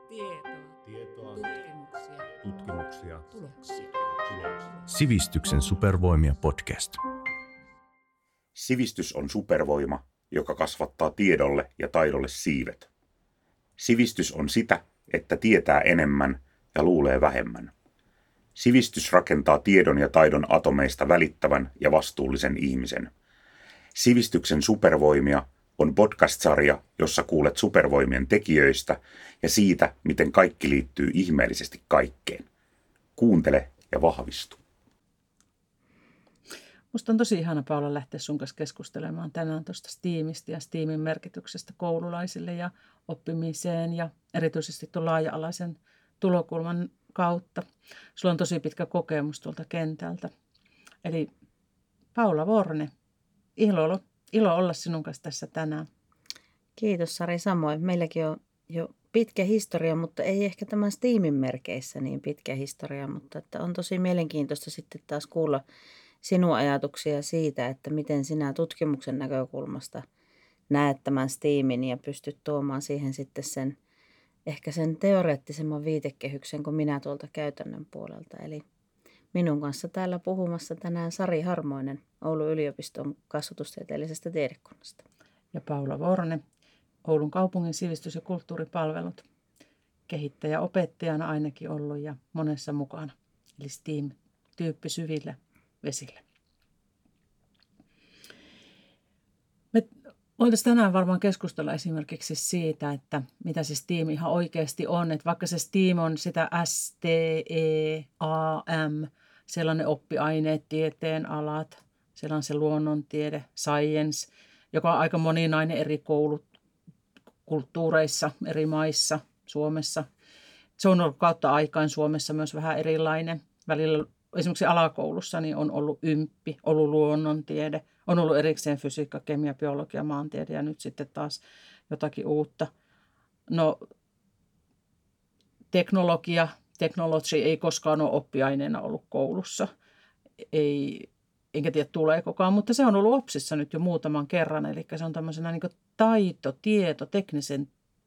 Tietoa. Tutkimuksia. Tuloksia. Sivistyksen supervoimia podcast. Sivistys on supervoima, joka kasvattaa tiedolle ja taidolle siivet. Sivistys on sitä, että tietää enemmän ja luulee vähemmän. Sivistys rakentaa tiedon ja taidon atomeista välittävän ja vastuullisen ihmisen. Sivistyksen supervoimia on podcast-sarja, jossa kuulet supervoimien tekijöistä ja siitä, miten kaikki liittyy ihmeellisesti kaikkeen. Kuuntele ja vahvistu. Musta on tosi ihana, Paula, lähteä sun kanssa keskustelemaan tänään tuosta STEAMista ja STEAMin merkityksestä koululaisille ja oppimiseen ja erityisesti tuon laaja-alaisen tulokulman kautta. Sulla on tosi pitkä kokemus tuolta kentältä. Eli Paula Vorne, ilo olla sinun kanssa tässä tänään. Kiitos Sari, samoin. Meilläkin on jo pitkä historia, mutta ei ehkä tämän STEAMin merkeissä niin pitkä historia, mutta että on tosi mielenkiintoista sitten taas kuulla sinun ajatuksia siitä, että miten sinä tutkimuksen näkökulmasta näet tämän STEAMin ja pystyt tuomaan siihen sitten ehkä sen teoreettisemman viitekehyksen kuin minä tuolta käytännön puolelta. Eli minun kanssa täällä puhumassa tänään Sari Harmoinen Oulun yliopiston kasvatustieteellisestä tiedekunnasta. Ja Paula Vorne, Oulun kaupungin sivistys- ja kulttuuripalvelut. Kehittäjä opettajana ainakin ollut ja monessa mukana. Eli STEAM-tyyppi syvillä vesillä. Me voitaisiin tänään varmaan keskustella esimerkiksi siitä, että mitä se STEAM ihan oikeasti on. Että vaikka se STEAM on sitä STEAM, siellä on ne oppiaineet, tieteen alat, siellä on se luonnontiede, science, joka on aika moninainen eri kulttuureissa, eri maissa, Suomessa. Se on ollut kautta aikaan Suomessa myös vähän erilainen. Välillä esimerkiksi alakoulussa niin on ollut ymppi, ollut luonnontiede, on ollut erikseen fysiikka, kemia, biologia, maantiede ja nyt sitten taas jotakin uutta. No, technology ei koskaan ole oppiaineena ollut koulussa. Enkä tiedä tuleekokaan, mutta se on ollut OPSissa nyt jo muutaman kerran. Eli se on tämmöisenä niin kuin tieto, teknisen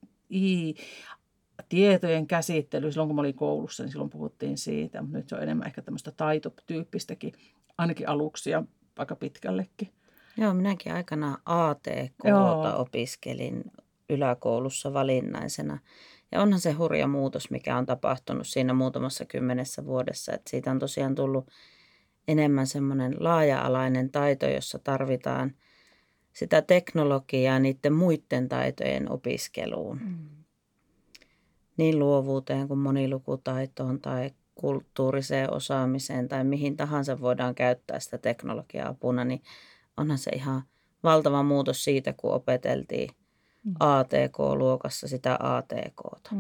tietojen käsittely. Silloin kun mä olin koulussa, niin silloin puhuttiin siitä, mutta nyt se on enemmän ehkä tämmöistä taitotyyppistäkin, ainakin aluksi ja aika pitkällekin. Joo, minäkin aikanaan ATK:ta opiskelin yläkoulussa valinnaisena. Ja onhan se hurja muutos, mikä on tapahtunut siinä muutamassa 10 vuodessa. Että siitä on tosiaan tullut enemmän semmoinen laaja-alainen taito, jossa tarvitaan sitä teknologiaa niiden muiden taitojen opiskeluun. Niin luovuuteen kuin monilukutaitoon tai kulttuuriseen osaamiseen tai mihin tahansa voidaan käyttää sitä teknologiaa apuna, niin onhan se ihan valtava muutos siitä, kun opeteltiin ATK-luokassa sitä ATK:ta.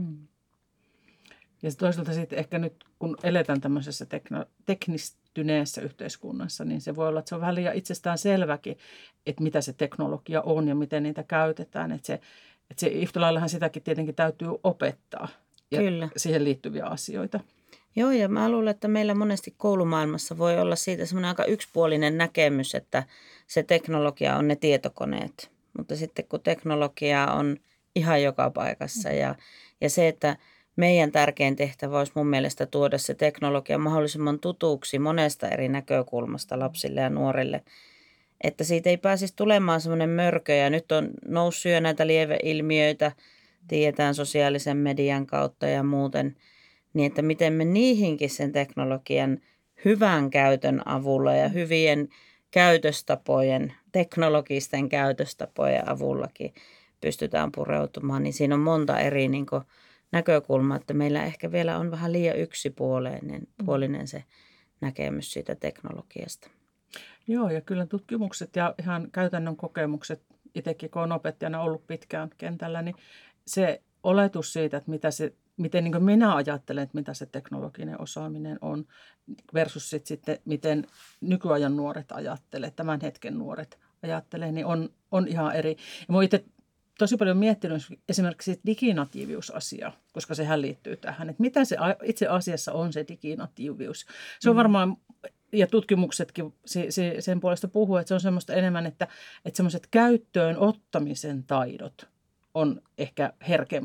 Ja toisaalta sitten ehkä nyt, kun eletään tämmöisessä teknistyneessä yhteiskunnassa, niin se voi olla, että se on vähän liian itsestään selväkin, että mitä se teknologia on ja miten niitä käytetään. Että se yhtä laillahan sitäkin tietenkin täytyy opettaa ja Kyllä. siihen liittyviä asioita. Joo, ja mä luulen, että meillä monesti koulumaailmassa voi olla siitä semmoinen aika yksipuolinen näkemys, että se teknologia on ne tietokoneet. Mutta sitten kun teknologia on ihan joka paikassa ja se, että meidän tärkein tehtävä olisi mun mielestä tuoda se teknologia mahdollisimman tutuksi monesta eri näkökulmasta lapsille ja nuorille, että siitä ei pääsisi tulemaan semmoinen mörkö. Ja nyt on noussut jo näitä lieveilmiöitä, tiedetään sosiaalisen median kautta ja muuten, niin että miten me niihinkin sen teknologian hyvän käytön avulla ja hyvien käytöstapojen, teknologisten käytöstapojen avullakin pystytään pureutumaan, niin siinä on monta eri näkökulmaa, että meillä ehkä vielä on vähän liian yksipuolinen se näkemys siitä teknologiasta. Joo, ja kyllä tutkimukset ja ihan käytännön kokemukset, itsekin kun olen opettajana ollut pitkään kentällä, niin se oletus siitä, että miten niin kuin minä ajattelen, että mitä se teknologinen osaaminen on versus sitten miten nykyajan nuoret ajattelee, tämän hetken nuoret ajattelee, niin on ihan eri. Ja mä oon itse tosi paljon miettinyt esimerkiksi diginatiiviusasiaa, koska sehän liittyy tähän, että mitä se itse asiassa on se diginatiivius. Se on varmaan, ja tutkimuksetkin sen puolesta puhuu, että se on semmoista enemmän, että semmoiset käyttöön ottamisen taidot on ehkä herkemmät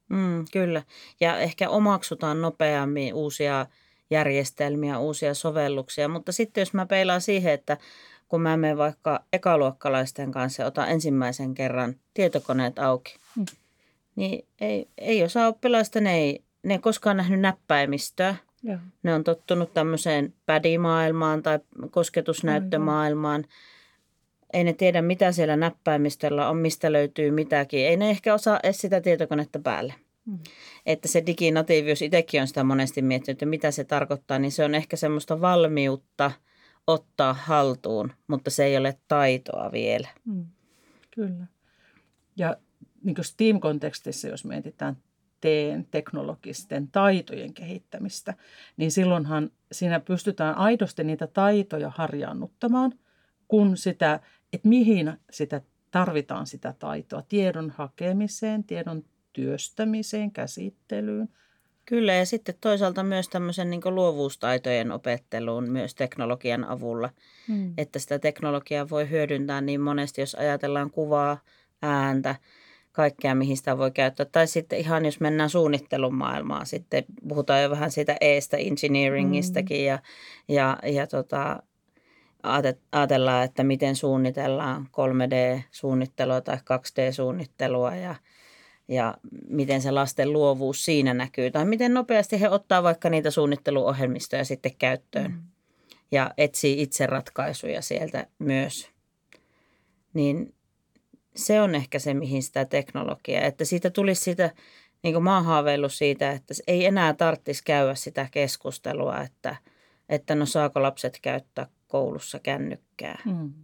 Kyllä. Ja ehkä omaksutaan nopeammin uusia järjestelmiä, uusia sovelluksia. Mutta sitten jos mä peilaan siihen, että kun mä menen vaikka ekaluokkalaisten kanssa ja otan ensimmäisen kerran tietokoneet auki, niin ei osaa oppilaista, ne ei koskaan nähnyt näppäimistöä. Joo. Ne on tottunut tämmöiseen pädimaailmaan tai kosketusnäyttömaailmaan. Ei ne tiedä, mitä siellä näppäimistöllä on, mistä löytyy mitäkin. Ei ne ehkä osaa edes sitä tietokonetta päälle. Että se diginatiivius, itsekin on sitä monesti miettinyt, että mitä se tarkoittaa, niin se on ehkä semmoista valmiutta ottaa haltuun, mutta se ei ole taitoa vielä. Kyllä. Ja niin kuin STEAM-kontekstissa, jos mietitään teknologisten taitojen kehittämistä, niin silloinhan siinä pystytään aidosti niitä taitoja harjaannuttamaan, kun sitä, että mihin sitä tarvitaan sitä taitoa, tiedon hakemiseen, tiedon työstämiseen, käsittelyyn. Kyllä, ja sitten toisaalta myös tämmöisen niin kuin luovuustaitojen opetteluun myös teknologian avulla, että sitä teknologiaa voi hyödyntää niin monesti, jos ajatellaan kuvaa, ääntä, kaikkea, mihin sitä voi käyttää. Tai sitten ihan, jos mennään suunnittelun maailmaan, sitten puhutaan jo vähän siitä E-stä, engineeringistäkin ja ajatellaan, että miten suunnitellaan 3D-suunnittelua tai 2D-suunnittelua ja miten se lasten luovuus siinä näkyy. Tai miten nopeasti he ottaa vaikka niitä suunnitteluohjelmistoja sitten käyttöön ja etsii itse ratkaisuja sieltä myös. Niin se on ehkä se, mihin sitä teknologiaa, että siitä tulisi sitä, niin kuin mä oon haaveillut siitä, että ei enää tarvitsisi käydä sitä keskustelua, että no saako lapset käyttää koulussa kännykkää.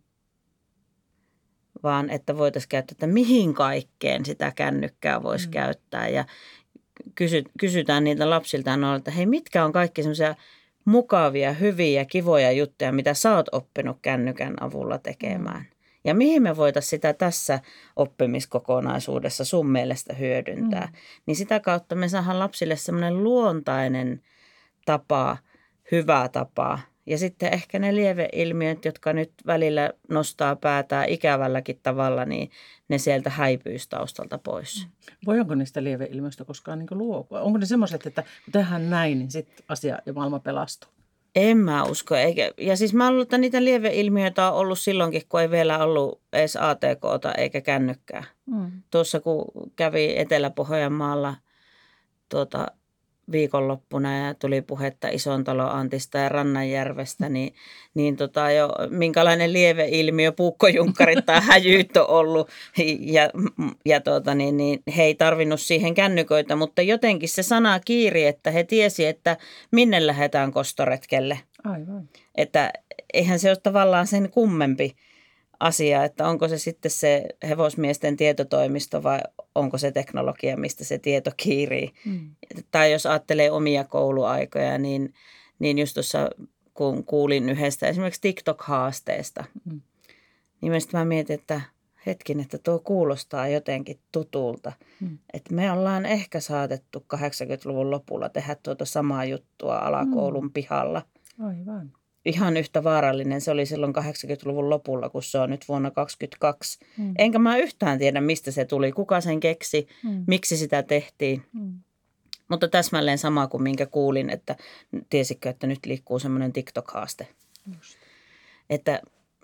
Vaan että voitaisiin käyttää, että mihin kaikkeen sitä kännykkää voisi käyttää. Ja kysytään niiltä lapsilta, että hei, mitkä on kaikki semmoisia mukavia, hyviä, kivoja juttuja, mitä sä oot oppinut kännykän avulla tekemään. Ja mihin me voitaisiin sitä tässä oppimiskokonaisuudessa sun mielestä hyödyntää. Niin sitä kautta me saadaan lapsille semmoinen luontainen tapa, hyvä tapa. Ja sitten ehkä ne lieveilmiöt, jotka nyt välillä nostaa päätään ikävälläkin tavalla, niin ne sieltä häipyisi taustalta pois. Voidaanko niistä lieveilmiöistä koskaan niin luopua? Onko ne semmoiset, että kun tehdään näin, niin sitten asia ja maailma pelastuu? En mä usko. Ja siis mä luulen, että niitä lieveilmiöitä on ollut silloinkin, kun ei vielä ollut edes ATK:ta eikä kännykkää. Tuossa kun kävi Etelä-Pohjanmaalla viikonloppuna ja tuli puhetta Isontalon Antista ja Rannanjärvestä, niin jo minkälainen lieveilmiö puukkojunkkarit tai häjyyt on ollut ja he ei tarvinnut siihen kännyköitä, mutta jotenkin se sana kiiri, että he tiesi, että minne lähdetään kostoretkelle. Aivan. Että eihän se ole tavallaan sen kummempi asia, että onko se sitten se hevosmiesten tietotoimisto vai onko se teknologia, mistä se tieto kiirii. Tai jos ajattelee omia kouluaikoja, niin just tuossa kun kuulin yhdestä esimerkiksi TikTok-haasteesta, niin mä mietin, että että tuo kuulostaa jotenkin tutulta. Että me ollaan ehkä saatettu 80-luvun lopulla tehdä tuota samaa juttua alakoulun pihalla. Aivan. Ihan yhtä vaarallinen se oli silloin 80-luvun lopulla, kun se on nyt vuonna 2022. Enkä mä yhtään tiedä, mistä se tuli, kuka sen keksi, miksi sitä tehtiin. Mutta täsmälleen sama kuin minkä kuulin, että tiesitkö, että nyt liikkuu semmoinen TikTok-haaste. Just. Että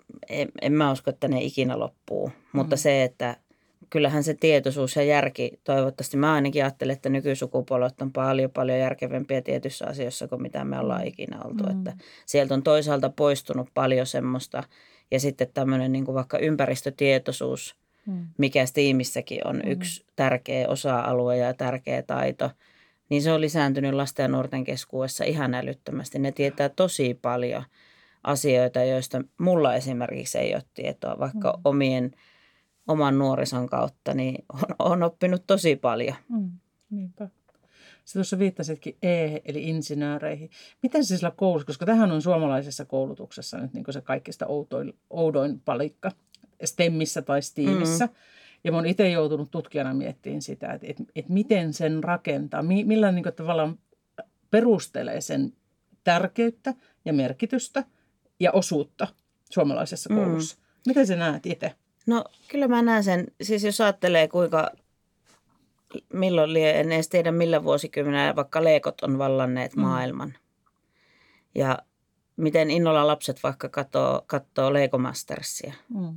en mä usko, että ne ikinä loppuu, mutta se, että kyllähän se tietoisuus ja järki, toivottavasti mä ainakin ajattelen, että nykysukupolvet on paljon järkevämpiä tietyissä asioissa kuin mitä me ollaan ikinä oltu. Että sieltä on toisaalta poistunut paljon semmoista ja sitten tämmöinen niin kuin vaikka ympäristötietoisuus, mikä STEAMissäkin on yksi tärkeä osa-alue ja tärkeä taito, niin se on lisääntynyt lasten ja nuorten keskuudessa ihan älyttömästi. Ne tietää tosi paljon asioita, joista mulla esimerkiksi ei ole tietoa, vaikka oman nuorison kautta, niin on oppinut tosi paljon. Niinpä. Sä tuossa viittasitkin eli insinööreihin. Miten se sillä koulussa, koska tähän on suomalaisessa koulutuksessa nyt niin kuin se kaikista oudoin palikka STEMissä tai STEAMissä. Ja mä oon itse joutunut tutkijana miettimään sitä, että miten sen rakentaa, millä niin kuin tavallaan perustelee sen tärkeyttä ja merkitystä ja osuutta suomalaisessa koulussa. Miten sä näet itse? No kyllä mä näen sen, siis jos ajattelee kuinka milloin en edes tiedä millä vuosikymmenellä vaikka leekot on vallanneet maailman. Ja miten innolla lapset vaikka katsoo Lego Mastersia.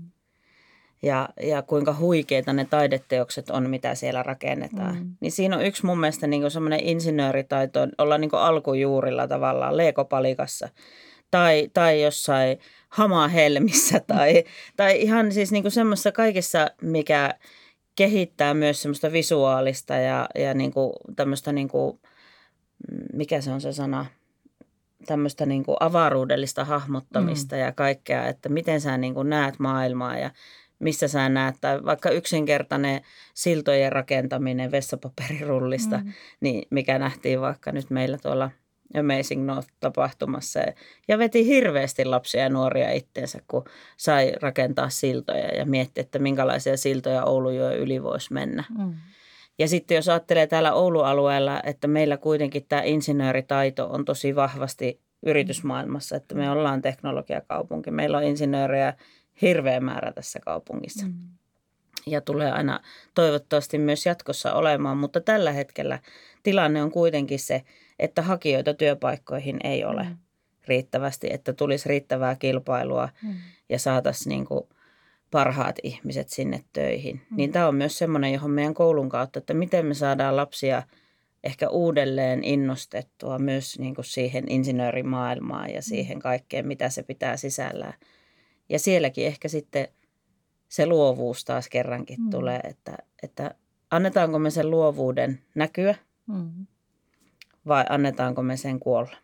Ja kuinka huikeita ne taideteokset on, mitä siellä rakennetaan. Niin siinä on yksi mun mielestä niin semmoinen insinööritaito, olla niin alkujuurilla tavallaan Lego-palikassa. Tai jossain hamahelmissä tai ihan siis niin semmoisessa kaikessa, mikä kehittää myös semmoista visuaalista ja niin tämmöistä, niin kuin, mikä se on se sana, tämmöistä niin avaruudellista hahmottamista ja kaikkea, että miten sä niin näet maailmaa ja missä sä näet, tai vaikka yksinkertainen siltojen rakentaminen vessapaperirullista, niin mikä nähtiin vaikka nyt meillä tuolla Amazing North-tapahtumassa. Ja veti hirveästi lapsia ja nuoria itteensä, kun sai rakentaa siltoja ja mietti, että minkälaisia siltoja Oulujoen yli voisi mennä. Ja sitten jos ajattelee täällä Oulu-alueella, että meillä kuitenkin tämä insinööritaito on tosi vahvasti yritysmaailmassa, että me ollaan teknologiakaupunki. Meillä on insinöörejä hirveä määrä tässä kaupungissa. Ja tulee aina toivottavasti myös jatkossa olemaan, mutta tällä hetkellä tilanne on kuitenkin se, että hakijoita työpaikkoihin ei ole riittävästi, että tulisi riittävää kilpailua ja saataisiin niin kuin parhaat ihmiset sinne töihin. Niin tämä on myös semmoinen, johon meidän koulun kautta, että miten me saadaan lapsia ehkä uudelleen innostettua myös niin kuin siihen insinöörimaailmaan ja siihen kaikkeen, mitä se pitää sisällään. Ja sielläkin ehkä sitten se luovuus taas kerrankin tulee, että annetaanko me sen luovuuden näkyä vai annetaanko me sen kuolla.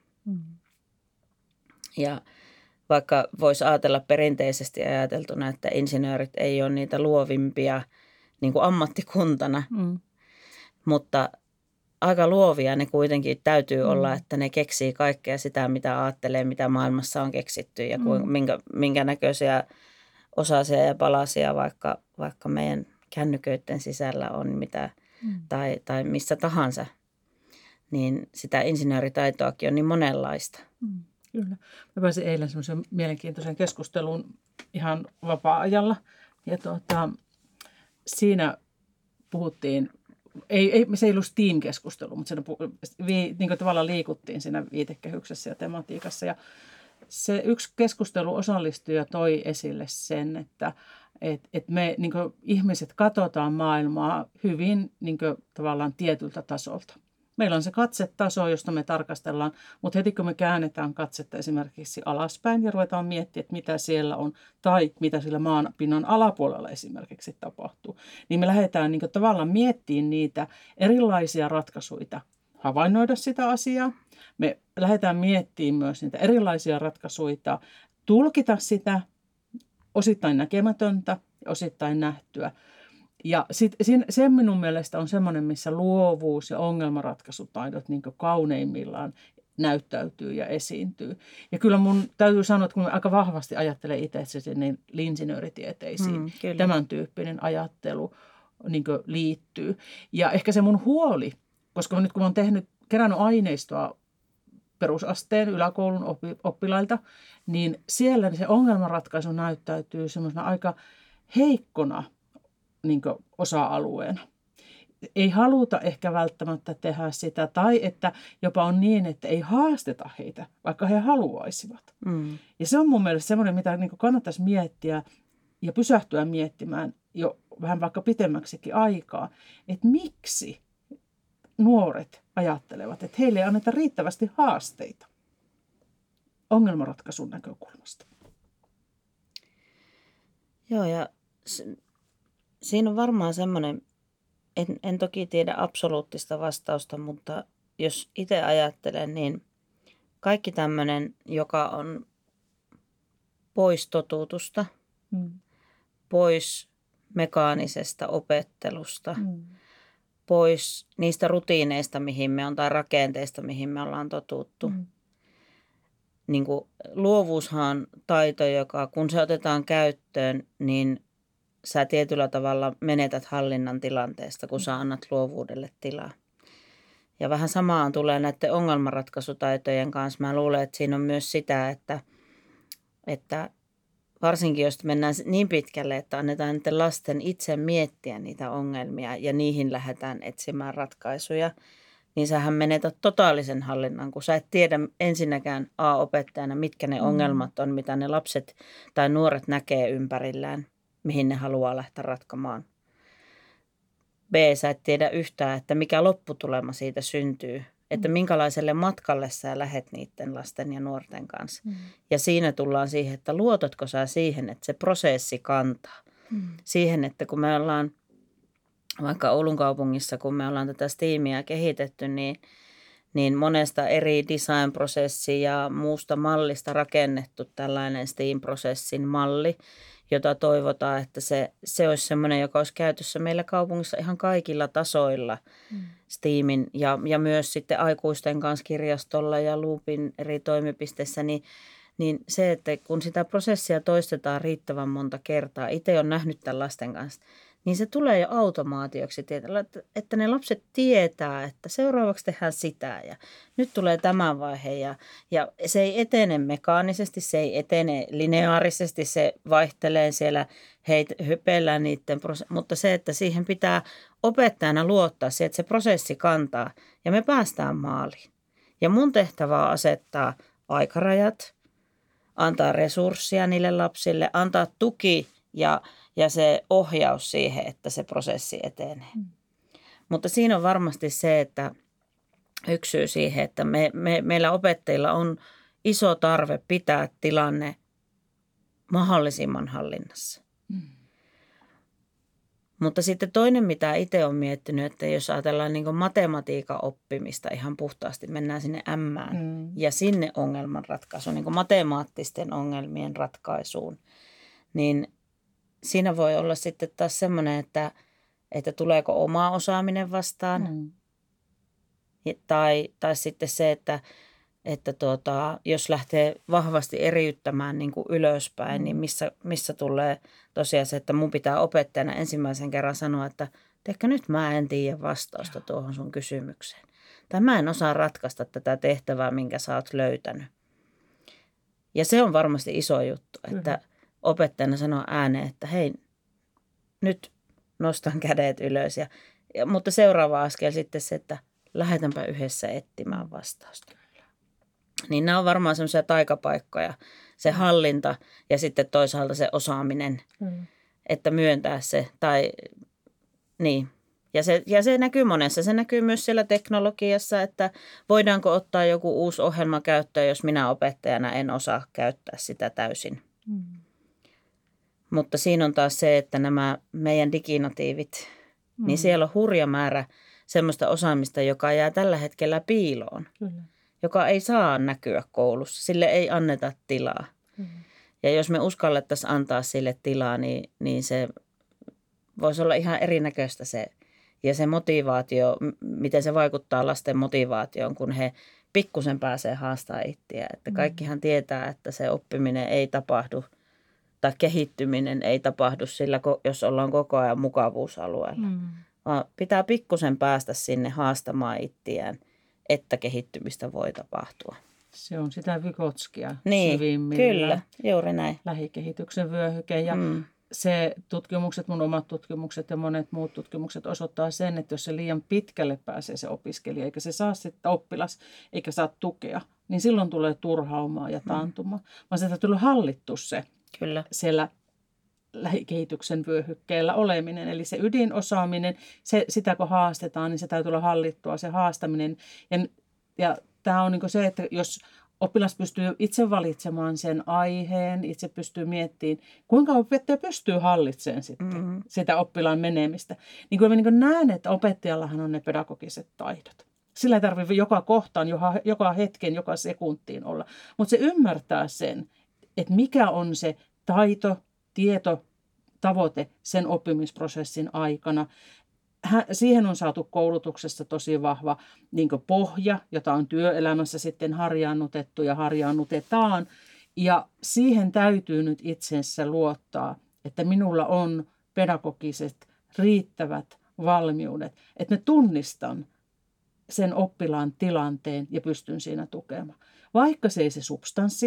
Ja vaikka voisi ajatella perinteisesti ajateltuna, että insinöörit ei ole niitä luovimpia niin kuin ammattikuntana, mutta aika luovia ne kuitenkin täytyy olla, että ne keksii kaikkea sitä, mitä ajattelee, mitä maailmassa on keksitty ja minkä näköisiä osasia ja palasia vaikka meidän kännyköiden sisällä on mitä, tai missä tahansa, niin sitä insinööritaitoakin on niin monenlaista. Kyllä. Mä pääsin eilen semmoisen mielenkiintoisen keskusteluun ihan vapaa-ajalla ja siinä puhuttiin, se ei ollut Steam-keskustelu, mutta siinä niin tavallaan liikuttiin siinä viitekehyksessä ja tematiikassa. Ja se yksi keskustelu osallistuja toi esille sen, että me niin ihmiset katsotaan maailmaa hyvin niin tavallaan tietyltä tasolta. Meillä on se katsetaso, josta me tarkastellaan, mutta heti kun me käännetään katsetta esimerkiksi alaspäin ja ruvetaan miettimään, että mitä siellä on tai mitä sillä maanpinnan alapuolella esimerkiksi tapahtuu, niin me lähdetään niin tavallaan miettimään niitä erilaisia ratkaisuja, havainnoida sitä asiaa. Me lähdetään miettimään myös niitä erilaisia ratkaisuja, tulkita sitä osittain näkemätöntä ja osittain nähtyä. Ja se minun mielestä on semmoinen, missä luovuus ja ongelmanratkaisutaidot niin kauneimmillaan näyttäytyy ja esiintyy. Ja kyllä mun täytyy sanoa, että kun mä aika vahvasti ajattelen itse niin insinööritieteisiin, tämän tyyppinen ajattelu niin liittyy. Ja ehkä se mun huoli, koska nyt kun mä oon kerännyt aineistoa perusasteen yläkoulun oppilailta, niin siellä se ongelmanratkaisu näyttäytyy semmoisena aika heikkona niin osa-alueena. Ei haluta ehkä välttämättä tehdä sitä, tai että jopa on niin, että ei haasteta heitä, vaikka he haluaisivat. Ja se on mun mielestä semmoinen, mitä niin kannattaisi miettiä ja pysähtyä miettimään jo vähän vaikka pitemmäksikin aikaa, että miksi nuoret ajattelevat, että heille ei anneta riittävästi haasteita ongelmanratkaisun näkökulmasta. Joo, ja siinä on varmaan semmoinen, en toki tiedä absoluuttista vastausta, mutta jos itse ajattelen, niin kaikki tämmöinen, joka on pois totutusta, pois mekaanisesta opettelusta, pois niistä rutiineista, mihin me on, tai rakenteista, mihin me ollaan totuttu. Niin kuin luovuushan on taito, joka kun se otetaan käyttöön, niin sä tietyllä tavalla menetät hallinnan tilanteesta, kun sä annat luovuudelle tilaa. Ja vähän samaan tulee näiden ongelmanratkaisutaitojen kanssa. Mä luulen, että siinä on myös sitä, että varsinkin jos mennään niin pitkälle, että annetaan niiden lasten itse miettiä niitä ongelmia ja niihin lähdetään etsimään ratkaisuja, niin sähän menetät totaalisen hallinnan, kun sä et tiedä ensinnäkään opettajana, mitkä ne ongelmat on, mitä ne lapset tai nuoret näkee ympärillään, mihin ne haluaa lähteä ratkomaan. B, sä et tiedä yhtään, että mikä lopputulema siitä syntyy, että minkälaiselle matkalle sä lähet niiden lasten ja nuorten kanssa. Ja siinä tullaan siihen, että luotatko sä siihen, että se prosessi kantaa. Siihen, että kun me ollaan vaikka Oulun kaupungissa, kun me ollaan tätä Steamia kehitetty, niin monesta eri design-prosessi ja muusta mallista rakennettu tällainen Steam-prosessin malli, jota toivotaan, että se olisi semmoinen, joka olisi käytössä meillä kaupungissa ihan kaikilla tasoilla Steamin ja myös sitten aikuisten kanssa kirjastolla ja Loopin eri toimipisteissä, niin se, että kun sitä prosessia toistetaan riittävän monta kertaa, itse olen nähnyt tämän lasten kanssa, niin se tulee jo automaatioksi, että ne lapset tietää, että seuraavaksi tehdään sitä ja nyt tulee tämä vaihe ja se ei etene mekaanisesti, se ei etene lineaarisesti, se vaihtelee siellä, hypellään niiden mutta se, että siihen pitää opettajana luottaa siihen, että se prosessi kantaa ja me päästään maaliin. Ja mun tehtävä on asettaa aikarajat, antaa resursseja niille lapsille, antaa tuki ja se ohjaus siihen, että se prosessi etenee. Mutta siinä on varmasti se, että yksi syy siihen, että meillä opettajilla on iso tarve pitää tilanne mahdollisimman hallinnassa. Mutta sitten toinen, mitä itse olen miettinyt, että jos ajatellaan niin kuin matematiikan oppimista ihan puhtaasti, mennään sinne M:ään ja sinne ongelmanratkaisuun, niin kuin matemaattisten ongelmien ratkaisuun, niin siinä voi olla sitten taas semmoinen, että tuleeko oma osaaminen vastaan tai sitten se, että jos lähtee vahvasti eriyttämään niin kuin ylöspäin, niin missä tulee tosiaan se, että mun pitää opettajana ensimmäisen kerran sanoa, että ehkä nyt mä en tiedä vastausta tuohon sun kysymykseen. Tai mä en osaa ratkaista tätä tehtävää, minkä sä oot löytänyt. Ja se on varmasti iso juttu, että opettajana sanoo ääneen, että hei, nyt nostan kädet ylös. Mutta seuraava askel sitten se, että lähdetäänpä yhdessä etsimään vastausta. Niin nämä on varmaan semmoisia taikapaikkoja, se hallinta ja sitten toisaalta se osaaminen, että myöntää se. Tai, niin. Ja se näkyy monessa. Se näkyy myös siellä teknologiassa, että voidaanko ottaa joku uusi ohjelma käyttöön, jos minä opettajana en osaa käyttää sitä täysin. Mutta siinä on taas se, että nämä meidän diginatiivit, niin siellä on hurja määrä semmoista osaamista, joka jää tällä hetkellä piiloon. Joka ei saa näkyä koulussa. Sille ei anneta tilaa. Ja jos me uskallettaisiin antaa sille tilaa, niin se voisi olla ihan erinäköistä se. Ja se motivaatio, miten se vaikuttaa lasten motivaatioon, kun he pikkusen pääsee haastamaan itseä. Että kaikkihan tietää, että se oppiminen ei tapahdu tai kehittyminen ei tapahdu sillä, jos ollaan koko ajan mukavuusalueella. Vaan pitää pikkusen päästä sinne haastamaan itseään, että kehittymistä voi tapahtua. Se on sitä Vygotskia syvimmillään. Kyllä, juuri näin. Lähikehityksen vyöhyke. Ja se tutkimukset, mun omat tutkimukset ja monet muut tutkimukset osoittaa sen, että jos se liian pitkälle pääsee se opiskelija, eikä se saa sitten oppilas, eikä saa tukea, niin silloin tulee turhaumaa ja taantuma. Vaan se täytyy olla hallittu se siellä lähikehityksen vyöhykkeellä oleminen. Eli se ydinosaaminen, sitä kun haastetaan, niin se täytyy olla hallittua, se haastaminen. Ja tämä on niin kuin se, että jos oppilas pystyy itse valitsemaan sen aiheen, itse pystyy miettimään, kuinka opettaja pystyy hallitsemaan sitten sitä oppilaan menemistä. Niin kuin mä niin kuin näen, että opettajallahan on ne pedagogiset taidot. Sillä ei tarvitse joka kohtaan, joka hetken, joka sekuntiin olla. Mutta se ymmärtää sen, että mikä on se taito, tieto, tavoite sen oppimisprosessin aikana. Siihen on saatu koulutuksessa tosi vahva niin kuin pohja, jota on työelämässä sitten harjaannutettu ja harjaannutetaan. Ja siihen täytyy nyt itsensä luottaa, että minulla on pedagogiset riittävät valmiudet, että mä tunnistan sen oppilaan tilanteen ja pystyn siinä tukemaan. Vaikka se ei se substanssi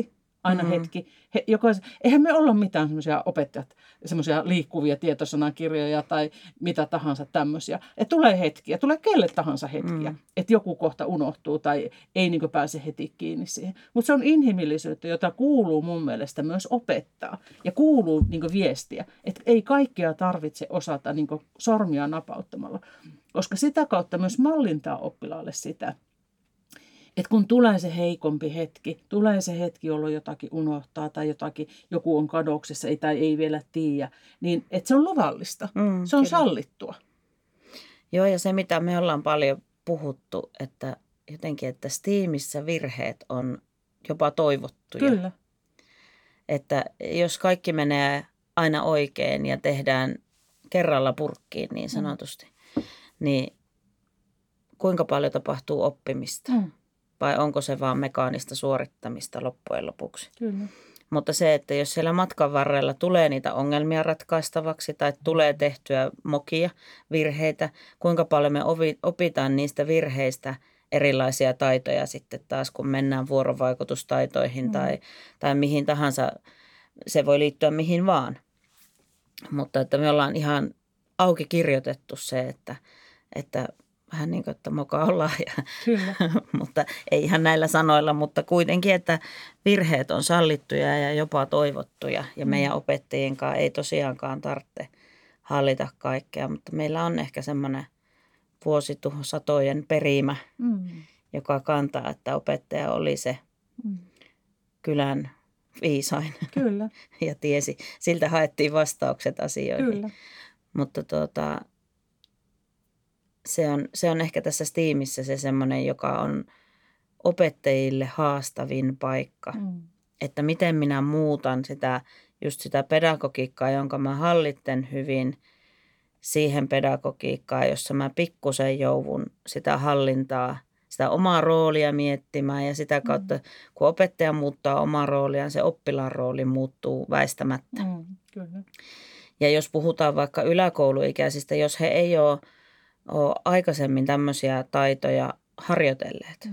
aina hetki. Eihän me olla mitään semmoisia opettajat, semmoisia liikkuvia tietosanakirjoja tai mitä tahansa tämmöisiä. Että tulee hetkiä, tulee kelle tahansa hetkiä, että joku kohta unohtuu tai ei niin kuin pääse heti kiinni siihen. Mutta se on inhimillisyyttä, jota kuuluu mun mielestä myös opettaa ja kuuluu niin kuin viestiä, että ei kaikkea tarvitse osata niin kuin sormia napauttamalla, koska sitä kautta myös mallintaa oppilaalle sitä, että kun tulee se heikompi hetki, tulee se hetki, jolloin jotakin unohtaa tai joku on kadoksessa tai ei vielä tiedä, niin että se on luvallista. Se on sallittua. Joo, ja se mitä me ollaan paljon puhuttu, että jotenkin, että Steamissä virheet on jopa toivottuja. Kyllä. Että jos kaikki menee aina oikein ja tehdään kerralla purkkiin niin sanotusti, niin kuinka paljon tapahtuu oppimista? Vai onko se vaan mekaanista suorittamista loppujen lopuksi? Kyllä. Mutta se, että jos siellä matkan varrella tulee niitä ongelmia ratkaistavaksi tai tulee tehtyä mokia, virheitä, kuinka paljon me opitaan niistä virheistä erilaisia taitoja sitten taas, kun mennään vuorovaikutustaitoihin tai mihin tahansa, se voi liittyä mihin vaan. Mutta että me ollaan ihan auki kirjoitettu se, että vähän niin kuin, että moka ollaan. Kyllä. Mutta ei ihan näillä sanoilla, mutta kuitenkin, että virheet on sallittuja ja jopa toivottuja. Ja meidän opettajien kanssa ei tosiaankaan tarvitse hallita kaikkea, mutta meillä on ehkä semmoinen vuosituhasatojen perimä, joka kantaa, että opettaja oli se kylän viisain. Kyllä. Ja tiesi, siltä haettiin vastaukset asioihin. Kyllä. Mutta se on ehkä tässä Steamissä se semmoinen, joka on opettajille haastavin paikka. Että miten minä muutan just sitä pedagogiikkaa, jonka mä hallitten hyvin, siihen pedagogiikkaan, jossa mä pikkusen joudun sitä hallintaa, sitä omaa roolia miettimään ja sitä kautta, kun opettaja muuttaa omaa rooliaan, se oppilaan rooli muuttuu väistämättä. Kyllä. Ja jos puhutaan vaikka yläkouluikäisistä, jos he ei ole aikaisemmin tämmöisiä taitoja harjoitelleet,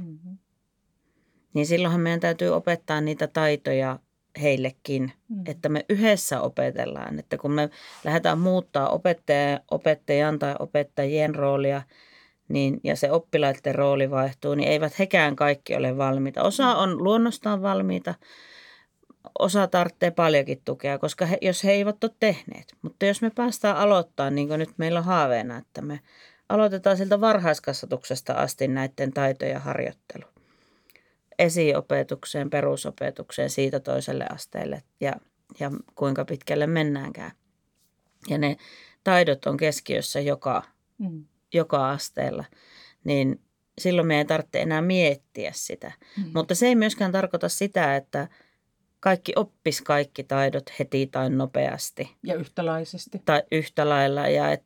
niin silloinhan meidän täytyy opettaa niitä taitoja heillekin, että me yhdessä opetellaan. Että kun me lähdetään muuttaa opettajan tai opettajien roolia, niin, ja se oppilaiden rooli vaihtuu, niin eivät hekään kaikki ole valmiita. Osa on luonnostaan valmiita, osa tarvitsee paljonkin tukea, koska jos he eivät ole tehneet. Mutta jos me päästään aloittamaan, niin kuin nyt meillä on haaveena, että me aloitetaan siltä varhaiskasvatuksesta asti näiden taitojen harjoittelu. Esiopetukseen, perusopetukseen, siitä toiselle asteelle ja kuinka pitkälle mennäänkään. Ja ne taidot on keskiössä joka asteella, niin silloin me ei tarvitse enää miettiä sitä. Mutta se ei myöskään tarkoita sitä, että kaikki oppis kaikki taidot heti tai nopeasti. Ja yhtäläisesti. Tai yhtä lailla.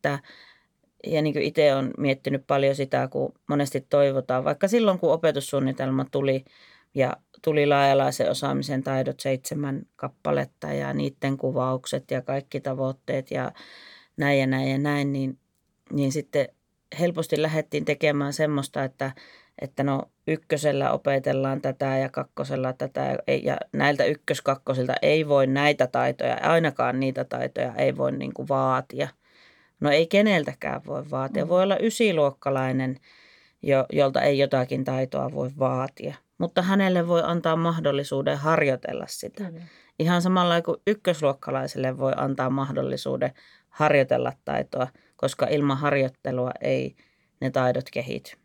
Ja niin kuin itse olen miettinyt paljon sitä, kun monesti toivotaan, vaikka silloin kun opetussuunnitelma tuli ja tuli laaja-alaisen osaamisen taidot 7 kappaletta ja niiden kuvaukset ja kaikki tavoitteet ja näin, niin sitten helposti lähdettiin tekemään semmoista, että no ykkösellä opetellaan tätä ja kakkosella tätä ja näiltä ykköskakkosilta ei voi näitä taitoja, ainakaan niitä taitoja ei voi niin kuin vaatia. No ei keneltäkään voi vaatia. Voi olla 9-luokkalainen, jolta ei jotakin taitoa voi vaatia, mutta hänelle voi antaa mahdollisuuden harjoitella sitä. Ihan samalla kuin ykkösluokkalaiselle voi antaa mahdollisuuden harjoitella taitoa, koska ilman harjoittelua ei ne taidot kehity.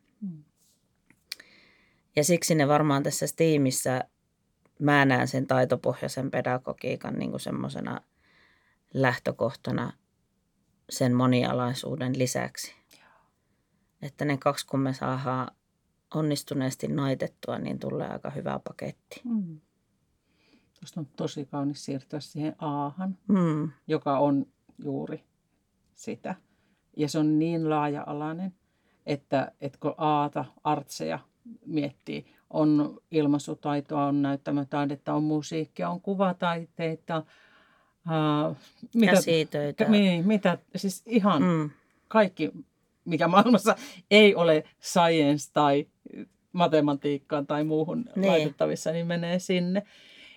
Ja siksi ne varmaan tässä Steamissä mä näen sen taitopohjaisen pedagogiikan niin kuin semmoisena lähtökohtana sen monialaisuuden lisäksi. Että ne 2 kun me saadaan onnistuneesti naitettua, niin tulee aika hyvä paketti. Tuosta on tosi kaunis siirtyä siihen A:han, joka on juuri sitä. Ja se on niin laaja-alainen, että kun Aata, artseja miettii, on ilmaisutaitoa, on näyttämötaidetta, on musiikkia, on kuvataiteita, käsitöitä. Siis ihan kaikki, mikä maailmassa ei ole science tai matematiikkaan tai muuhun laitettavissa, niin menee sinne.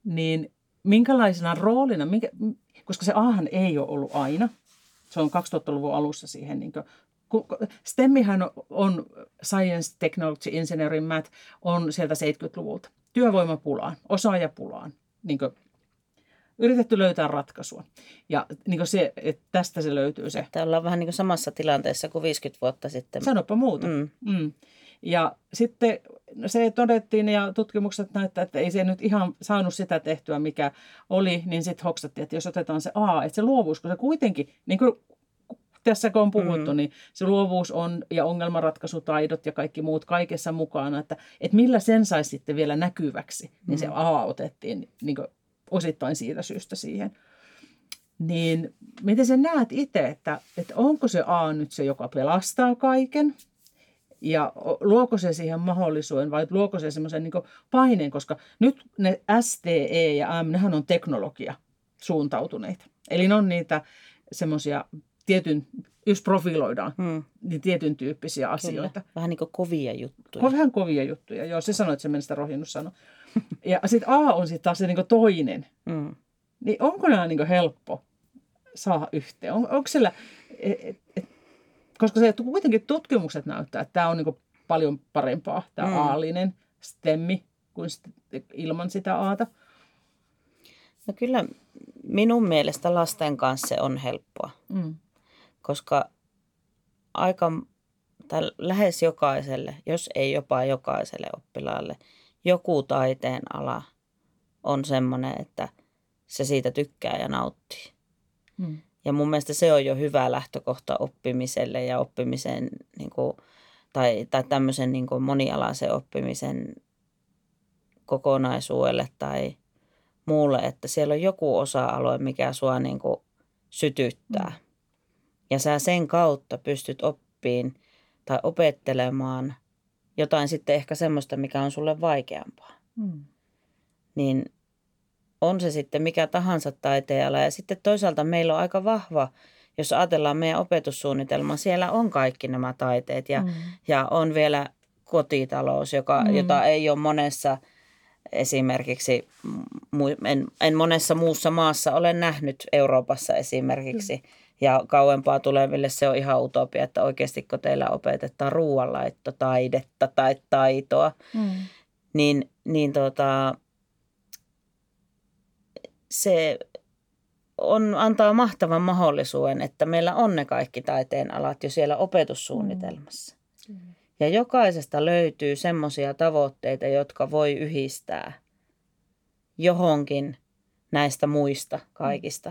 niin minkälaisena roolina, koska se Ahan ei ole ollut aina, se on 2000-luvun alussa siihen, niin STEMihän on Science, Technology, Engineering, Math, on sieltä 70-luvulta. Työvoimapulaan, osaajapulaan, niin yritetty löytää ratkaisua. Ja niin se, että tästä se löytyy se. Että ollaan vähän niin kuin samassa tilanteessa kuin 50 vuotta sitten. Sanopa muuta. Ja sitten se todettiin ja tutkimukset näyttää, että ei se nyt ihan saanut sitä tehtyä, mikä oli, niin sitten hoksattiin, että jos otetaan se A, että se luovuus, kun se kuitenkin, niin kuin tässä kun on puhuttu, niin se luovuus on ja ongelmanratkaisutaidot ja kaikki muut kaikessa mukana, että millä sen saisi sitten vielä näkyväksi, niin se A otettiin niin kuin osittain siitä syystä siihen. Niin miten sä näet itse, että onko se A nyt se, joka pelastaa kaiken? Ja luoko se siihen mahdollisuuden vai luoko se semmoisen niin kuin paineen, koska nyt ne STE ja M, nehän on teknologia suuntautuneita. Eli ne on niitä semmoisia jos profiloidaan, niin tietyn tyyppisiä asioita. Kyllä. Vähän niin kuin kovia juttuja. Vähän kovia juttuja, joo. Se sanoi, että se meni sitä rohjennut sanoa. Ja sitten A on sitten taas se niin kuin toinen. Niin onko nämä niin kuin helppo saada yhteen? Onko siellä, koska se kuitenkin tutkimukset näyttää, että tämä on niin kuin paljon parempaa, tämä A-linen stemmi, kuin ilman sitä Aata. No kyllä minun mielestä lasten kanssa se on helppoa, koska lähes jokaiselle, jos ei jopa jokaiselle oppilaalle, joku taiteen ala on semmoinen, että se siitä tykkää ja nauttii. Ja mun mielestä se on jo hyvä lähtökohta oppimiselle ja oppimisen niin kuin, tai tämmöisen niin kuin monialaisen oppimisen kokonaisuudelle tai muulle, että siellä on joku osa-alue, mikä sua niin kuin sytyttää. Ja sä sen kautta pystyt oppiin tai opettelemaan jotain sitten ehkä semmoista, mikä on sulle vaikeampaa. Niin on se sitten mikä tahansa taiteenala. Ja sitten toisaalta meillä on aika vahva, jos ajatellaan meidän opetussuunnitelma, siellä on kaikki nämä taiteet. Ja on vielä kotitalous, jota ei ole monessa esimerkiksi, en monessa muussa maassa ole nähnyt Euroopassa esimerkiksi. Ja kauempaa tuleville se on ihan utopia, että oikeasti kun teillä opetetaan ruoanlaittotaidetta tai taitoa, niin se antaa mahtavan mahdollisuuden, että meillä on ne kaikki taiteen alat jo siellä opetussuunnitelmassa. Ja jokaisesta löytyy semmoisia tavoitteita, jotka voi yhdistää johonkin näistä muista kaikista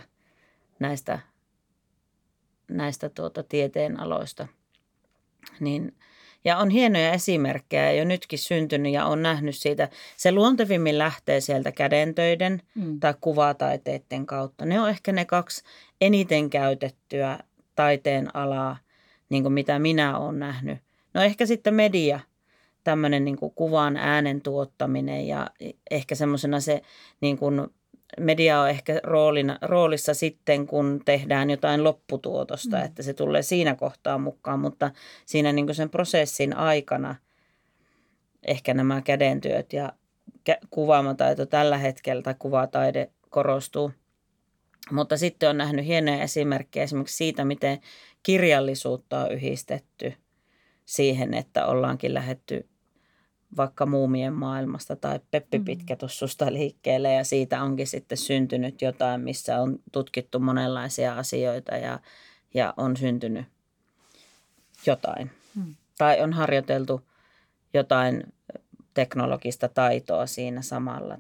näistä tieteen aloista. Niin, ja on hienoja esimerkkejä jo nytkin syntynyt ja on nähnyt siitä. Se luontevimmin lähtee sieltä kädentöiden tai kuvataiteiden kautta. Ne on ehkä ne 2 eniten käytettyä taiteen alaa, niin kuin mitä minä olen nähnyt. No ehkä sitten media, tämmöinen niin kuin kuvan äänen tuottaminen ja ehkä semmoisena se niin kuin media on ehkä roolissa sitten, kun tehdään jotain lopputuotosta, että se tulee siinä kohtaa mukaan, mutta siinä niin kuin sen prosessin aikana ehkä nämä kädentyöt ja kuvaamataito tällä hetkellä tai kuvataide korostuu. Mutta sitten on nähnyt hienoja esimerkkejä esimerkiksi siitä, miten kirjallisuutta on yhdistetty siihen, että ollaankin lähdetty vaikka Muumien maailmasta tai Peppi Pitkätussusta liikkeelle ja siitä onkin sitten syntynyt jotain, missä on tutkittu monenlaisia asioita ja on syntynyt jotain. Tai on harjoiteltu jotain teknologista taitoa siinä samalla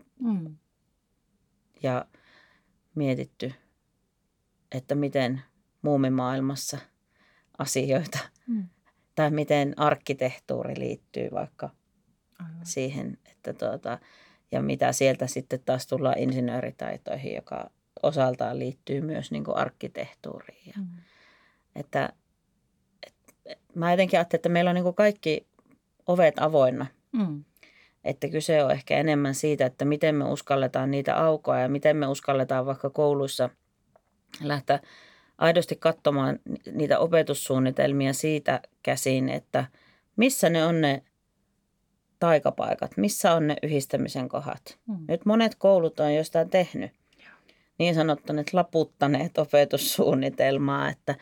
ja mietitty, että miten muumimaailmassa asioita tai miten arkkitehtuuri liittyy vaikka siihen, että ja mitä sieltä sitten taas tullaan insinööritaitoihin, joka osaltaan liittyy myös niin kuin arkkitehtuuriin. Että mä jotenkin ajattelin, että meillä on niin kuin kaikki ovet avoinna. Että kyse on ehkä enemmän siitä, että miten me uskalletaan niitä aukoa ja miten me uskalletaan vaikka kouluissa lähteä aidosti katsomaan niitä opetussuunnitelmia siitä käsin, että missä ne on ne taikapaikat, missä on ne yhdistämisen kohdat. Nyt monet koulut on jo sitä tehnyt. Niin sanottaneet laputtaneet opetussuunnitelmaa, että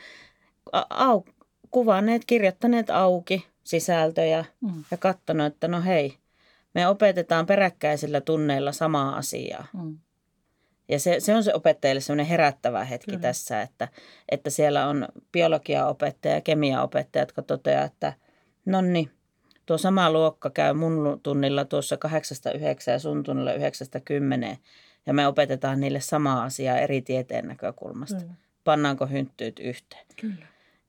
kuvanneet, kirjoittaneet auki sisältöjä ja katsoneet, että no hei, me opetetaan peräkkäisillä tunneilla samaa asiaa. Ja se on se opettajille sellainen herättävä hetki tässä, että siellä on biologiaopettaja ja kemiaopettaja, jotka toteaa, että nonni, tuo sama luokka käy mun tunnilla tuossa 8-9 ja sun tunnilla 9-10. Ja me opetetaan niille samaa asiaa eri tieteen näkökulmasta. Kyllä. Pannaanko hynttyyt yhteen? Kyllä.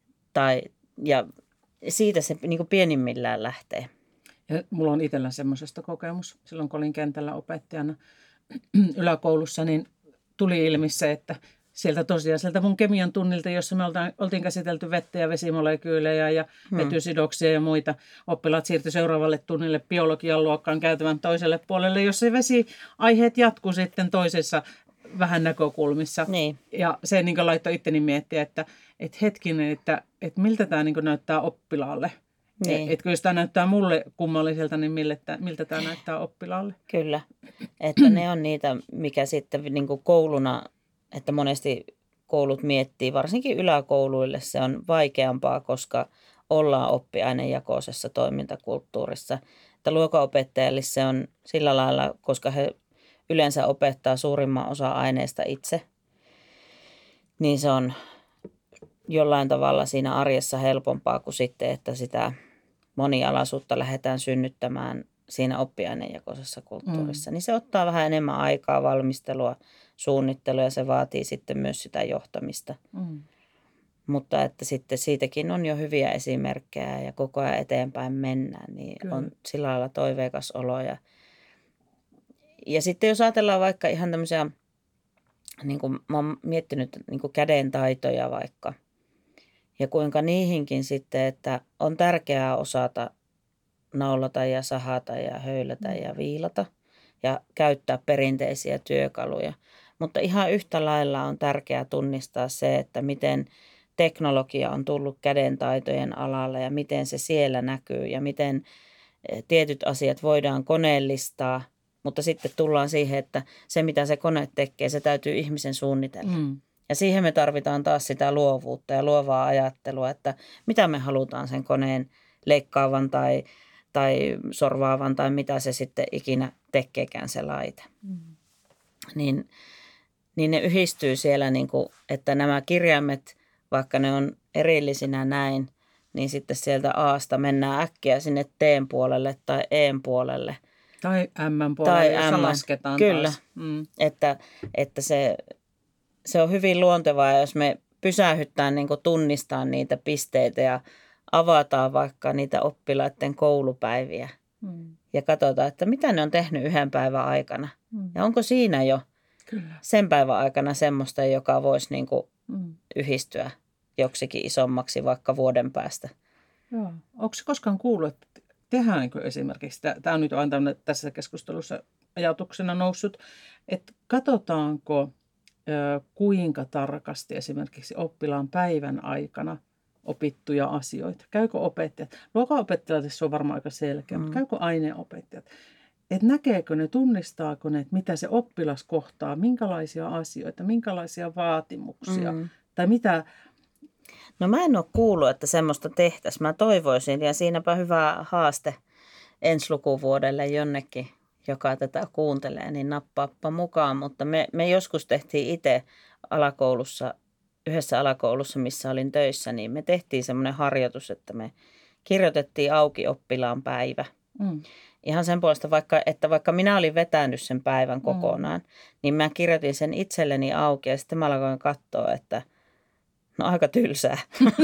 Ja siitä se niin kuin pienimmillään lähtee. Ja mulla on itsellä semmoisesta kokemus. Silloin kun olin kentällä opettajana yläkoulussa, niin tuli ilmi se, että sieltä mun kemian tunnilta, jossa me oltiin käsitelty vettä ja vesimolekyylejä ja vetysidoksia ja muita, oppilaat siirtyi seuraavalle tunnille biologian luokkaan käytävän toiselle puolelle, jossa vesiaiheet jatkuu sitten toisessa vähän näkökulmissa. Niin. Ja se niin laittoi itteni miettiä, että hetkinen, että miltä tämä niin näyttää oppilaalle. Niin. Että jos tämä näyttää mulle kummalliselta, niin miltä tämä näyttää oppilaalle. Kyllä, että ne on niitä, mikä sitten niin kuin kouluna, että monesti koulut miettii, varsinkin yläkouluille se on vaikeampaa, koska ollaan oppiainejakoisessa toimintakulttuurissa. Että luokanopettajalle se on sillä lailla, koska he yleensä opettaa suurimman osa aineista itse, niin se on jollain tavalla siinä arjessa helpompaa kuin sitten, että sitä monialaisuutta lähdetään synnyttämään siinä oppiainejakoisessa kulttuurissa. Niin se ottaa vähän enemmän aikaa, valmistelua, suunnittelua ja se vaatii sitten myös sitä johtamista. Mutta että sitten siitäkin on jo hyviä esimerkkejä ja koko ajan eteenpäin mennään, niin kyllä. On sillä lailla toiveikas olo. Ja sitten jos ajatellaan vaikka ihan tämmöisiä, niin kuin mä oon miettinyt niin kuin kädentaitoja vaikka, ja kuinka niihinkin sitten, että on tärkeää osata naulata ja sahata ja höylätä ja viilata ja käyttää perinteisiä työkaluja. Mutta ihan yhtä lailla on tärkeää tunnistaa se, että miten teknologia on tullut kädentaitojen alalle ja miten se siellä näkyy ja miten tietyt asiat voidaan koneellistaa. Mutta sitten tullaan siihen, että se mitä se kone tekee, se täytyy ihmisen suunnitella. Ja siihen me tarvitaan taas sitä luovuutta ja luovaa ajattelua, että mitä me halutaan sen koneen leikkaavan tai sorvaavan tai mitä se sitten ikinä tekeekään se laite. Niin ne yhdistyy siellä, niin kuin, että nämä kirjaimet, vaikka ne on erillisinä näin, niin sitten sieltä A:sta mennään äkkiä sinne T:n puolelle tai E:n puolelle. Tai M:n puolelle, jossa lasketaan kyllä, taas. Että se on hyvin luontevaa, jos me pysähyttään niin kuin tunnistaa niitä pisteitä ja avataan vaikka niitä oppilaiden koulupäiviä ja katsotaan, että mitä ne on tehnyt yhden päivän aikana. Ja onko siinä jo sen päivän aikana semmoista, joka voisi niin kuin yhdistyä joksikin isommaksi vaikka vuoden päästä. Joo. Onko se koskaan kuullut, että tehdäänkö esimerkiksi, tämä on nyt aina tässä keskustelussa ajatuksena noussut, että katsotaanko kuinka tarkasti esimerkiksi oppilaan päivän aikana opittuja asioita. Käykö opettajat? Luokanopettajalle se on varmaan aika selkeä, mutta käykö aineenopettajat? Että näkeekö ne, tunnistaako ne, että mitä se oppilas kohtaa, minkälaisia asioita, minkälaisia vaatimuksia tai mitä. No mä en ole kuullut, että semmoista tehtäisiin. Mä toivoisin ja siinäpä hyvä haaste ensi lukuvuodelle jonnekin, joka tätä kuuntelee, niin nappaappa mukaan. Mutta me joskus tehtiin itse yhdessä alakoulussa, missä olin töissä, niin me tehtiin semmoinen harjoitus, että me kirjoitettiin auki oppilaan päivä. Ihan sen puolesta, vaikka minä olin vetänyt sen päivän kokonaan, niin mä kirjoitin sen itselleni auki ja sitten mä alkoin katsoa, että no aika tylsää.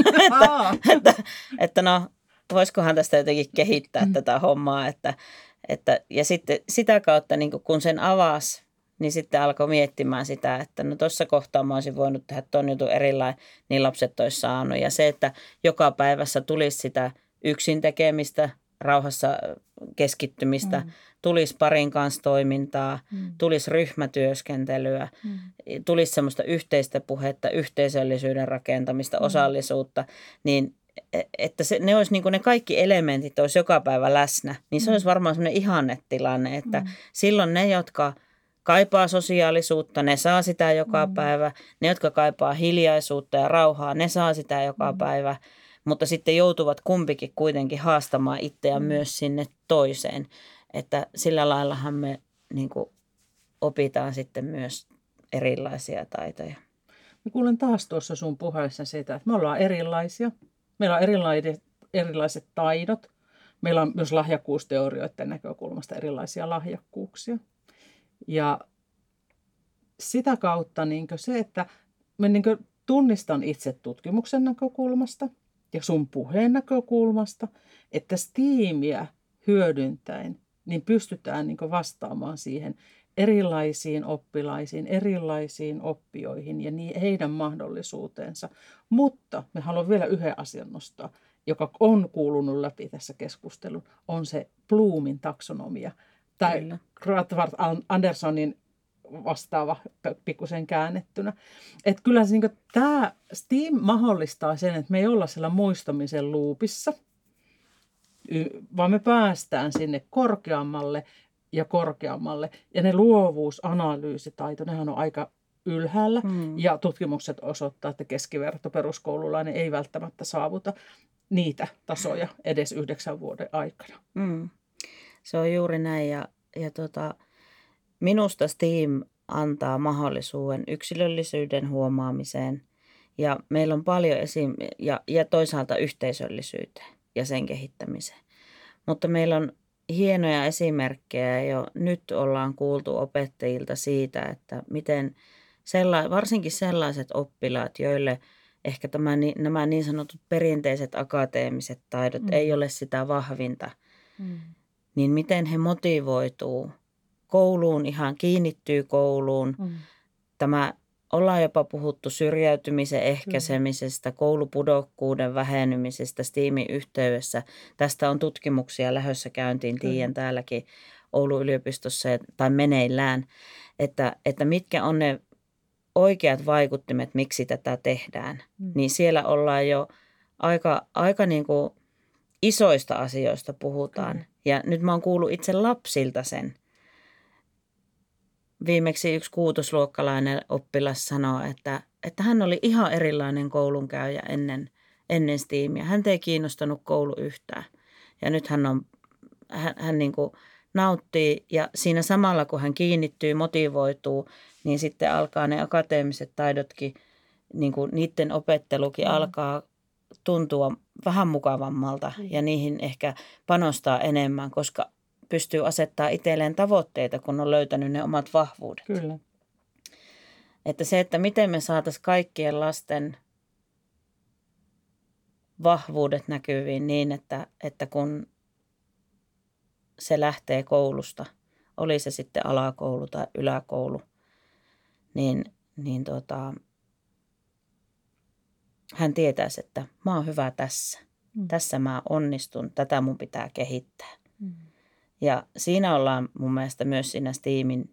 että no voisikohan tästä jotenkin kehittää tätä hommaa. Ja sitten sitä kautta, niin kun sen avasi, niin sitten alkoi miettimään sitä, että no tuossa kohtaa mä olisin voinut tehdä ton jutun erilainen, niin lapset olisi saanut. Ja se, että joka päivässä tulisi sitä yksin tekemistä, rauhassa keskittymistä, tulisi parin kanssa toimintaa, tulisi ryhmätyöskentelyä, tulisi semmoista yhteistä puhetta, yhteisöllisyyden rakentamista, osallisuutta, niin että ne olisi niin kuin ne kaikki elementit olisi joka päivä läsnä, niin se olisi varmaan semmoinen ihannetilanne, että silloin ne, jotka kaipaa sosiaalisuutta, ne saa sitä joka päivä. Ne, jotka kaipaa hiljaisuutta ja rauhaa, ne saa sitä joka päivä. Mutta sitten joutuvat kumpikin kuitenkin haastamaan itseään myös sinne toiseen. Että sillä laillahan me niin kuin opitaan sitten myös erilaisia taitoja. Mä kuulen taas tuossa sun puheessa sitä, että me ollaan erilaisia. Meillä on erilaiset taidot. Meillä on myös lahjakkuusteorioiden näkökulmasta erilaisia lahjakkuuksia. Ja sitä kautta niin se, että mä niin tunnistan itse tutkimuksen näkökulmasta ja sun puheen näkökulmasta, että STEAMia hyödyntäen niin pystytään niin vastaamaan siihen erilaisiin oppilaisiin, erilaisiin oppijoihin ja heidän mahdollisuutensa. Mutta me haluan vielä yhden asian nostaa, joka on kuulunut läpi tässä keskusteluun, on se Bloomin taksonomia. Tai Gratward Andersonin vastaava pikkusen käännettynä. Että kyllä se, niin tämä STEAM mahdollistaa sen, että me ei olla siellä muistamisen luupissa, vaan me päästään sinne korkeammalle ja korkeammalle. Ja ne luovuus, analyysitaito, nehän on aika ylhäällä. Ja tutkimukset osoittaa, että keskiverto peruskoululainen ei välttämättä saavuta niitä tasoja edes 9 vuoden aikana. Se on juuri näin ja minusta STEAM antaa mahdollisuuden yksilöllisyyden huomaamiseen ja meillä on paljon ja toisaalta yhteisöllisyyteen ja sen kehittämiseen. Mutta meillä on hienoja esimerkkejä jo nyt ollaan kuultu opettajilta siitä, että miten varsinkin sellaiset oppilaat, joille ehkä nämä niin sanotut perinteiset akateemiset taidot ei ole sitä vahvinta, niin miten he motivoituu kouluun, ihan kiinnittyy kouluun. Ollaan jopa puhuttu syrjäytymisen ehkäisemisestä, koulupudokkuuden vähenemisestä STEAMin yhteydessä. Tästä on tutkimuksia lähdössä käyntiin, tiedän täälläkin Oulun yliopistossa tai meneillään, että mitkä on ne oikeat vaikuttimet, miksi tätä tehdään. Niin siellä ollaan jo aika niin kuin isoista asioista puhutaan. Ja nyt mä oon kuullut itse lapsilta sen. Viimeksi yksi 6-luokkalainen oppilas sanoi, että hän oli ihan erilainen koulunkäyjä ennen STEAMia. Häntä ei kiinnostanut koulu yhtään. Ja nyt hän niin kuin nauttii ja siinä samalla kun hän kiinnittyy, motivoituu, niin sitten alkaa ne akateemiset taidotkin, niin kuin niiden opettelukin alkaa tuntua vähän mukavammalta ja niihin ehkä panostaa enemmän, koska pystyy asettaa itselleen tavoitteita, kun on löytänyt ne omat vahvuudet. Kyllä. Että se, että miten me saataisiin kaikkien lasten vahvuudet näkyviin niin, että kun se lähtee koulusta, oli se sitten alakoulu tai yläkoulu, niin hän tietäisi, että mä oon hyvä tässä. Tässä mä onnistun, tätä mun pitää kehittää. Ja siinä ollaan mun mielestä myös siinä STEAMin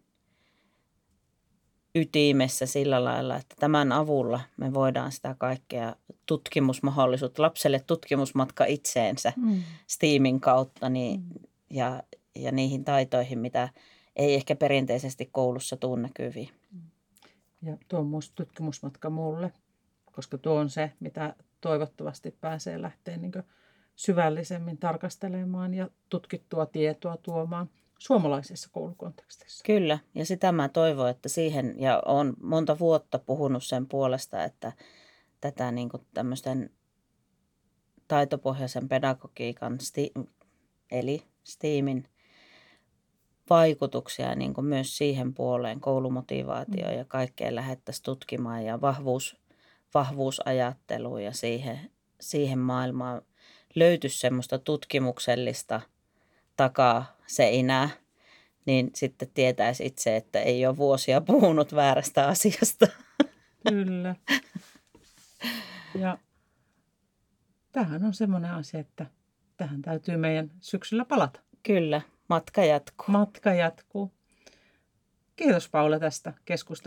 ytimessä sillä lailla, että tämän avulla me voidaan sitä kaikkea tutkimusmahdollisuutta, lapselle tutkimusmatka itseensä STEAMin kautta ja niihin taitoihin, mitä ei ehkä perinteisesti koulussa tule näkyviin. Ja tuo on musta tutkimusmatka mulle, koska tuo on se, mitä toivottavasti pääsee lähteä niin syvällisemmin tarkastelemaan ja tutkittua tietoa tuomaan suomalaisessa koulukontekstissa. Kyllä, ja sitä mä toivon, että siihen, ja olen monta vuotta puhunut sen puolesta, että tätä niin kuin tämmöisten taitopohjaisen pedagogiikan, eli STEAMin vaikutuksia niin kuin myös siihen puoleen, koulumotivaatioon ja kaikkeen lähdettäisiin tutkimaan ja vahvuusajatteluun ja siihen maailmaan löytyisi semmoista tutkimuksellista takaseinää, niin sitten tietäisi itse, että ei ole vuosia puhunut väärästä asiasta. Kyllä. Ja tämähän on semmoinen asia, että tähän täytyy meidän syksyllä palata. Kyllä, matka jatkuu. Matka jatkuu. Kiitos Paula tästä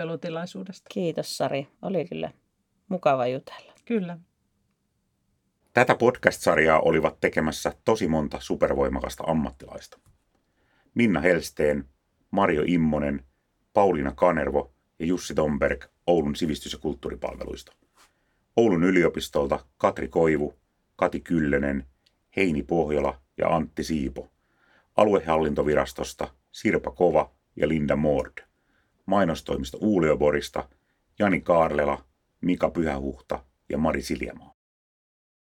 keskustelutilaisuudesta. Kiitos Sari, oli kyllä mukava jutella. Kyllä. Tätä podcast-sarjaa olivat tekemässä tosi monta supervoimakasta ammattilaista. Minna Helsteen, Marjo Immonen, Pauliina Kanervo ja Jussi Tomberg Oulun sivistys- ja kulttuuripalveluista. Oulun yliopistolta Katri Koivu, Kati Kyllönen, Heini Pohjola ja Antti Siipo. Aluehallintovirastosta Sirpa Kova ja Linda Mord. Mainostoimisto Uleåborgista Jani Kaarlela, Mika Pyhähuhta ja Mari Siljamaa.